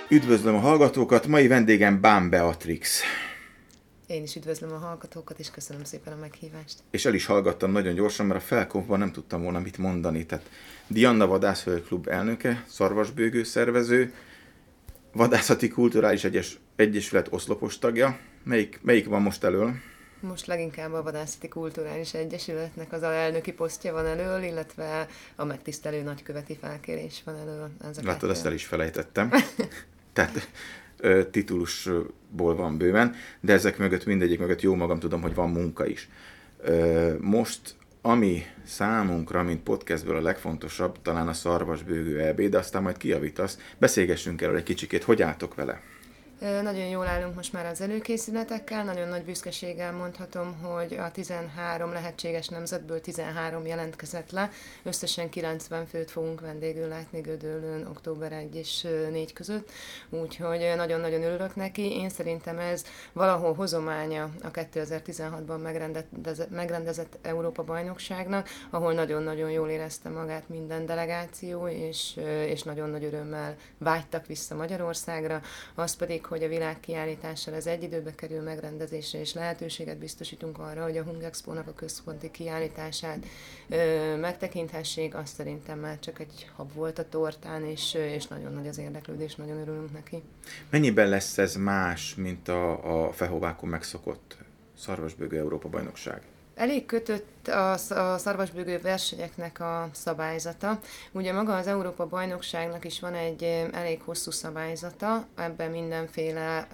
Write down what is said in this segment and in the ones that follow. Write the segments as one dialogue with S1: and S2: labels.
S1: Üdvözlöm a hallgatókat, mai vendégem Bán Beatrix.
S2: Én is üdvözlöm a hallgatókat, és köszönöm szépen a meghívást.
S1: És el is hallgattam nagyon gyorsan, mert a felkonfban nem tudtam volna mit mondani. Tehát Dianna Vadászhölgy Klub elnöke, szarvasbőgő szervező, Vadászati Kulturális Egyesület oszlopos tagja. Melyik van most elől?
S2: Most leginkább a Vadászati Kulturális Egyesületnek az alelnöki posztja van elől, illetve a megtisztelő nagyköveti felkérés van elől.
S1: Látod, ezt el is felejtettem. Tehát titulusból van bőven, de ezek mögött, mindegyik mögött jó magam tudom, hogy van munka is. Most, ami számunkra, mint podcastből a legfontosabb, talán a szarvasbőgő EB, de aztán majd kijavítasz. Beszélgessünk erről egy kicsikét, hogy álltok vele?
S2: Nagyon jól állunk most már az előkészületekkel, nagyon nagy büszkeséggel mondhatom, hogy a 13 lehetséges nemzetből 13 jelentkezett le, összesen 90 főt fogunk vendégül látni Gödöllőn október 1 és 4 között, úgyhogy nagyon-nagyon örülök neki. Én szerintem ez valahol hozománya a 2016-ban megrendezett Európa-bajnokságnak, ahol nagyon-nagyon jól érezte magát minden delegáció, és nagyon nagy örömmel vágytak vissza Magyarországra, az pedig, hogy a világkiállítással ez egy időbe kerül megrendezésre, és lehetőséget biztosítunk arra, hogy a Hungexpo-nak a központi kiállítását megtekinthessék, azt szerintem már csak egy hab volt a tortán, és nagyon nagy az érdeklődés, nagyon örülünk neki.
S1: Mennyiben lesz ez más, mint a Fehovákon megszokott szarvasbőgő Európa-bajnokság?
S2: Elég kötött a szarvasbőgő versenyeknek a szabályzata. Ugye maga az Európa-bajnokságnak is van egy elég hosszú szabályzata, ebben mindenféle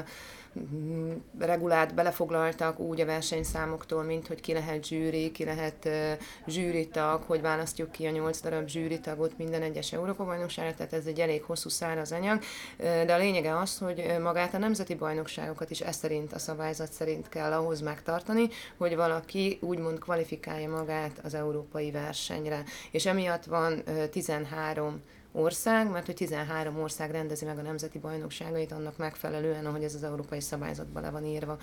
S2: regulát belefoglaltak úgy a versenyszámoktól, mint hogy ki lehet zsűri, ki lehet zsűritag, hogy választjuk ki a 8 darab zsűritagot minden egyes Európa-bajnokságra, tehát ez egy elég hosszú száraz anyag, de a lényege az, hogy magát a nemzeti bajnokságokat is szerint, a szabályzat szerint kell ahhoz megtartani, hogy valaki úgymond kvalifikálja magát az európai versenyre. És emiatt van 13 ország, mert hogy 13 ország rendezi meg a nemzeti bajnokságait annak megfelelően, ahogy ez az európai szabályzatban le van írva.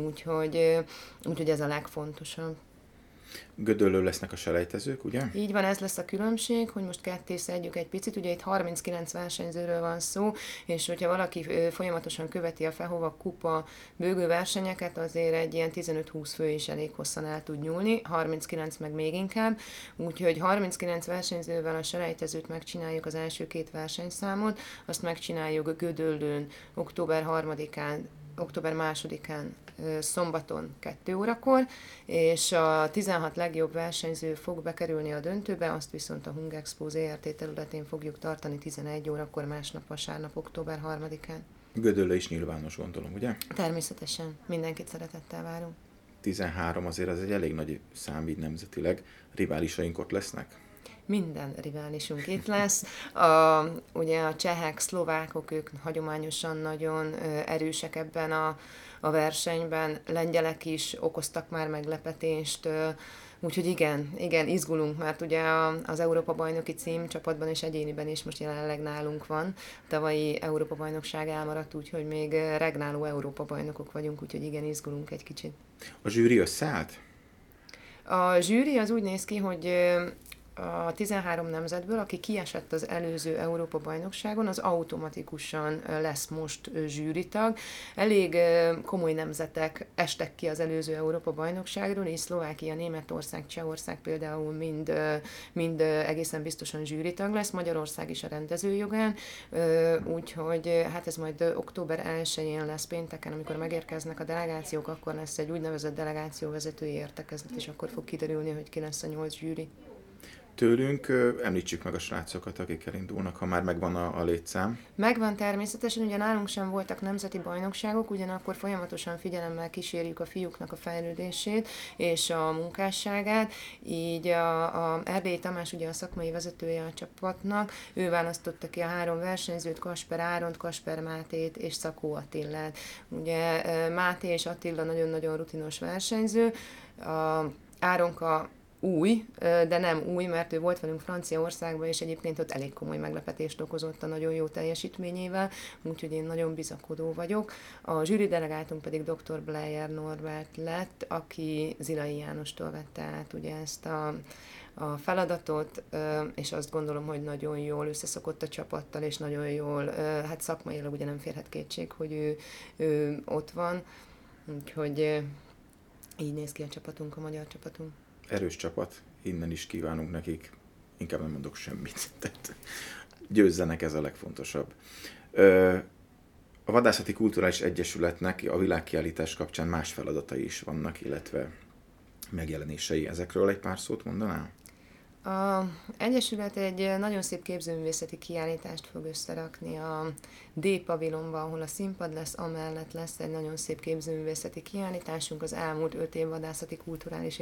S2: Úgyhogy ez a legfontosabb.
S1: Gödöllőn lesznek a selejtezők, ugye?
S2: Így van, ez lesz a különbség, hogy most ketté szedjük egy picit. Ugye itt 39 versenyzőről van szó, és hogyha valaki folyamatosan követi a Fehova kupa bőgő versenyeket, azért egy ilyen 15-20 fő is elég hosszan el tud nyúlni, 39 meg még inkább. Úgyhogy 39 versenyzővel a selejtezőt megcsináljuk az első két versenyszámot, azt megcsináljuk Gödöllőn október 3-án, október 2-án szombaton 2 órakor, és a 16 legjobb versenyző fog bekerülni a döntőbe, azt viszont a Hungexpo ZRT területén fogjuk tartani 11 órakor másnap vasárnap, október 3-án.
S1: Gödöllő is nyilvános, gondolom, ugye?
S2: Természetesen, mindenkit szeretettel várunk.
S1: 13 azért az egy elég nagy szám így nemzetileg. Riválisaink ott lesznek?
S2: Minden riválisunk itt lesz. Ugye a csehek, szlovákok, ők hagyományosan nagyon erősek ebben a versenyben, lengyelek is okoztak már meglepetést, úgyhogy igen, izgulunk, mert ugye az Európa-bajnoki cím csapatban és egyéniben is most jelenleg nálunk van. A tavalyi Európa-bajnokság elmaradt, úgyhogy még regnáló Európa-bajnokok vagyunk, úgyhogy igen, izgulunk egy kicsit.
S1: A zsűri összeállt?
S2: A zsűri az úgy néz ki, hogy a 13 nemzetből, aki kiesett az előző Európa-bajnokságon, az automatikusan lesz most zsűritag. Elég komoly nemzetek estek ki az előző Európa-bajnokságról, és Szlovákia, Németország, Csehország például mind egészen biztosan zsűritag lesz, Magyarország is a rendezőjogán, úgyhogy hát ez majd október 1-én lesz pénteken, amikor megérkeznek a delegációk, akkor lesz egy úgynevezett delegációvezetői értekezlet, és akkor fog kiderülni, hogy ki lesz a 8 zsűri.
S1: Tőlünk említsük meg a srácokat, akik elindulnak, ha már megvan a létszám.
S2: Megvan természetesen, ugye nálunk sem voltak nemzeti bajnokságok, ugyanakkor folyamatosan figyelemmel kísérjük a fiúknak a fejlődését és a munkásságát, így a Erdélyi Tamás, ugye a szakmai vezetője a csapatnak, ő választotta ki a 3 versenyzőt, Kasper Áront, Kasper Mátét és Szakó Attilát. Ugye Máté és Attila nagyon-nagyon rutinos versenyző, Áronka új, de nem új, mert ő volt velünk Franciaországban, és egyébként ott elég komoly meglepetést okozott a nagyon jó teljesítményével, úgyhogy én nagyon bizakodó vagyok. A zsűri delegátunk pedig dr. Bleier Norbert lett, aki Zilai Jánostól vette át ugye ezt a feladatot, és azt gondolom, hogy nagyon jól összeszokott a csapattal, és nagyon jól, hát szakmailag ugye nem férhet kétség, hogy ő ott van, úgyhogy így néz ki a csapatunk, a magyar csapatunk.
S1: Erős csapat, innen is kívánunk nekik, inkább nem mondok semmit, tehát győzzenek, ez a legfontosabb. A Vadászati Kulturális Egyesületnek a világkiállítás kapcsán más feladatai is vannak, illetve megjelenései. Ezekről egy pár szót mondanál?
S2: A Egyesület egy nagyon szép képzőművészeti kiállítást fog összerakni a D-pavilonban, ahol a színpad lesz, amellett lesz egy nagyon szép képzőművészeti kiállításunk. Az elmúlt 5 év vadászati kulturális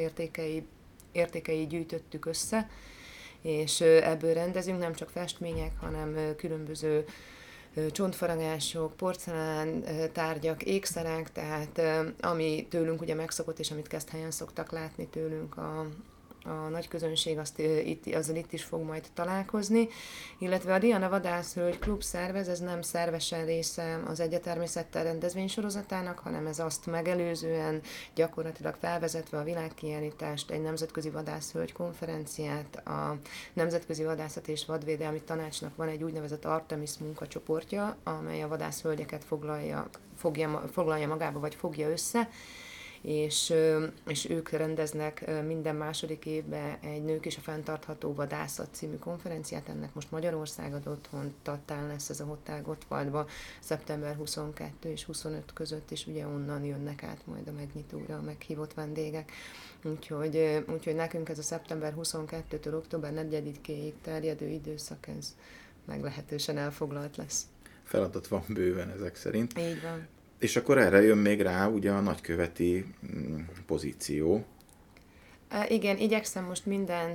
S2: értékei gyűjtöttük össze, és ebből rendezünk nem csak festmények, hanem különböző csontfaragások, porcelán tárgyak, ékszerek, tehát ami tőlünk ugye megszokott, és amit Keszthelyen szoktak látni tőlünk a nagy közönség, azzal itt is fog majd találkozni, illetve a Diana Vadászhölgy Klub szervez, ez nem szervesen része az Egyetermészettel rendezvénysorozatának, hanem ez azt megelőzően gyakorlatilag felvezetve a világkiállítást, egy nemzetközi vadászhölgy konferenciát, a Nemzetközi Vadászat és Vadvédelmi Tanácsnak van egy úgynevezett Artemis munkacsoportja, amely a vadászhölgyeket foglalja magába, vagy fogja össze, és ők rendeznek minden második évben egy Nők és a fenntartható vadászat című konferenciát, ennek most Magyarország ad otthon, Tattán lesz ez a Hotel Gottwaldban, szeptember 22 és 25 között, és ugye onnan jönnek át majd a megnyitóra a meghívott vendégek. Úgyhogy nekünk ez a szeptember 22-től október 4-ig terjedő időszak, ez meglehetősen elfoglalt lesz.
S1: Feladat van bőven ezek szerint.
S2: Így van.
S1: És akkor erre jön még rá ugye a nagyköveti pozíció.
S2: Igen, igyekszem most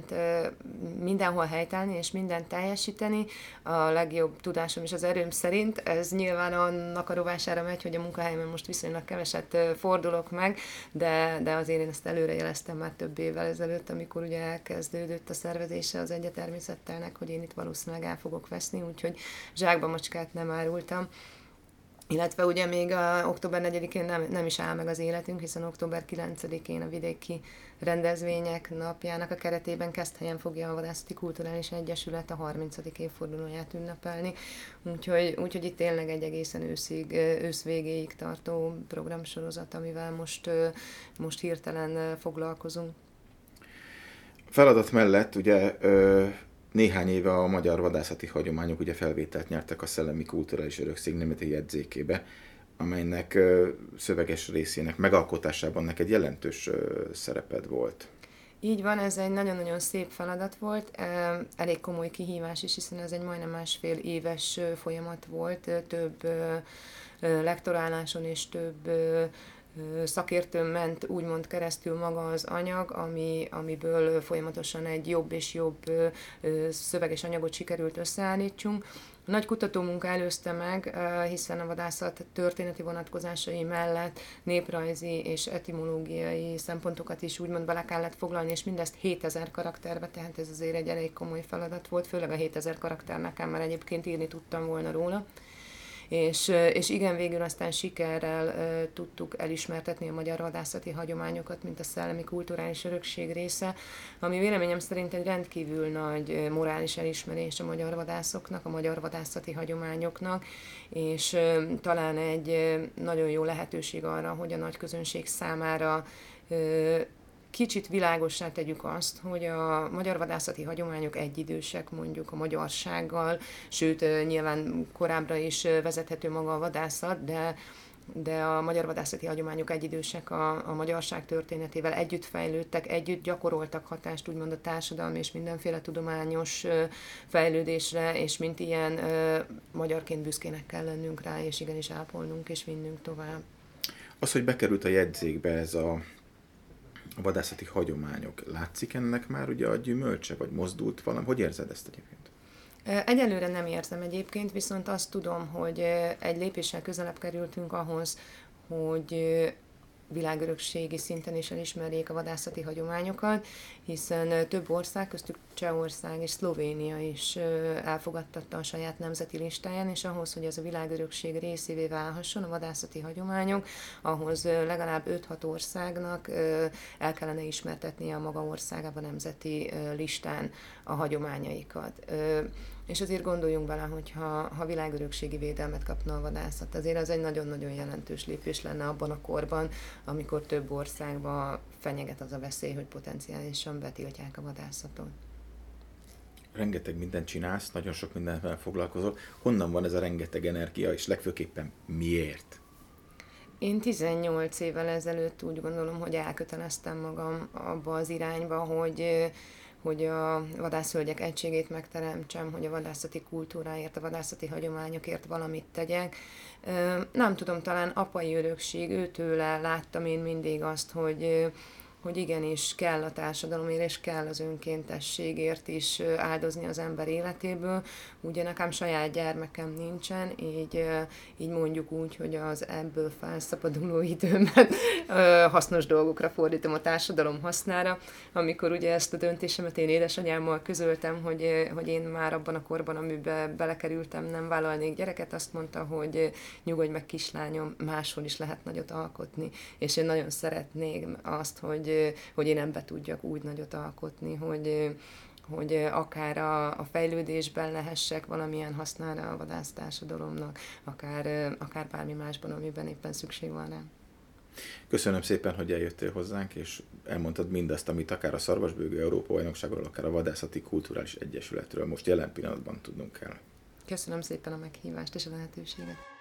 S2: mindenhol helytállni és mindent teljesíteni. A legjobb tudásom és az erőm szerint. Ez nyilván annak a rovására megy, hogy a munkahelyemen most viszonylag keveset fordulok meg, de azért én ezt előre jeleztem már több évvel ezelőtt, amikor ugye elkezdődött a szervezése az Egyetermészettelnek, hogy én itt valószínűleg el fogok veszni, úgyhogy zsákba macskát nem árultam. Illetve ugye még október 4-én nem is áll meg az életünk, hiszen október 9-én a vidéki rendezvények napjának a keretében Keszthelyen fogja a Vadászati Kulturális Egyesület a 30. évfordulóját ünnepelni. Úgyhogy itt tényleg egy egészen ősz végéig tartó programsorozat, amivel most hirtelen foglalkozunk.
S1: Feladat mellett ugye néhány éve a magyar vadászati hagyományok ugye felvételt nyertek a Szellemi Kulturális Örökség nemzeti jegyzékébe, amelynek szöveges részének megalkotásában neked jelentős szereped volt.
S2: Így van, ez egy nagyon-nagyon szép feladat volt, elég komoly kihívás is, hiszen ez egy majdnem 1,5 éves folyamat volt, több lektoráláson és több szakértőn ment úgymond keresztül maga az anyag, amiből folyamatosan egy jobb és jobb szöveges anyagot sikerült összeállítsunk. Nagy kutatómunka előzte meg, hiszen a vadászat történeti vonatkozásai mellett néprajzi és etimológiai szempontokat is úgymond bele kellett foglalni, és mindezt 7000 karakterbe, tehát ez azért egy elég komoly feladat volt, főleg a 7000 karakter nekem, mert egyébként írni tudtam volna róla. És igen, végül aztán sikerrel tudtuk elismertetni a magyar vadászati hagyományokat, mint a szellemi kulturális örökség része, ami véleményem szerint egy rendkívül nagy morális elismerés a magyar vadászoknak, a magyar vadászati hagyományoknak, és talán egy nagyon jó lehetőség arra, hogy a nagy közönség számára kicsit világossá tegyük azt, hogy a magyar vadászati hagyományok egyidősek mondjuk a magyarsággal, sőt nyilván korábbra is vezethető maga a vadászat, de a magyar vadászati hagyományok egyidősek a magyarság történetével, együtt fejlődtek, együtt gyakoroltak hatást úgymond a társadalmi és mindenféle tudományos fejlődésre, és mint ilyen magyarként büszkének kell lennünk rá, és igenis ápolnunk és vinnünk tovább.
S1: Az, hogy bekerült a jegyzékbe ez a vadászati hagyományok, látszik ennek már ugye a gyümölcse, vagy mozdult valami? Hogy érzed ezt egyébként?
S2: Egyelőre nem érzem egyébként, viszont azt tudom, hogy egy lépéssel közelebb kerültünk ahhoz, hogy világörökségi szinten is elismerjék a vadászati hagyományokat, hiszen több ország, köztük Csehország és Szlovénia is elfogadtatta a saját nemzeti listáján, és ahhoz, hogy ez a világörökség részévé válhasson a vadászati hagyományok, ahhoz legalább 5-6 országnak el kellene ismertetnie a maga országában nemzeti listán a hagyományaikat. És azért gondoljunk bele, hogy ha világörökségi védelmet kapna a vadászat, azért az egy nagyon-nagyon jelentős lépés lenne abban a korban, amikor több országban fenyeget az a veszély, hogy potenciálisan betiltják a vadászatot.
S1: Rengeteg mindent csinálsz, nagyon sok mindenvel foglalkozol. Honnan van ez a rengeteg energia, és legfőképpen miért?
S2: Én 18 évvel ezelőtt úgy gondolom, hogy elköteleztem magam abba az irányba, hogy a vadászhölgyek egységét megteremtsem, hogy a vadászati kultúráért, a vadászati hagyományokért valamit tegyek. Nem tudom, talán apai örökség, őtőle láttam én mindig azt, hogy igenis kell a társadalomért, és kell az önkéntességért is áldozni az ember életéből. Ugye nekem saját gyermekem nincsen, így mondjuk úgy, hogy az ebből felszabaduló időmet hasznos dolgokra fordítom a társadalom hasznára. Amikor ugye ezt a döntésemet én édesanyámmal közöltem, hogy én már abban a korban, amiben belekerültem, nem vállalnék gyereket, azt mondta, hogy nyugodj meg kislányom, máshol is lehet nagyot alkotni. És én nagyon szeretném azt, hogy én ebbe tudjak úgy nagyot alkotni, hogy akár a fejlődésben lehessek valamilyen hasznára a vadásztársadalomnak, akár bármi másban, amiben éppen szükség van rá.
S1: Köszönöm szépen, hogy eljöttél hozzánk, és elmondtad mindazt, amit akár a Szarvasbőgő Európa-bajnokságról, akár a Vadászati Kulturális Egyesületről most jelen pillanatban tudnunk kell.
S2: Köszönöm szépen a meghívást és a lehetőséget.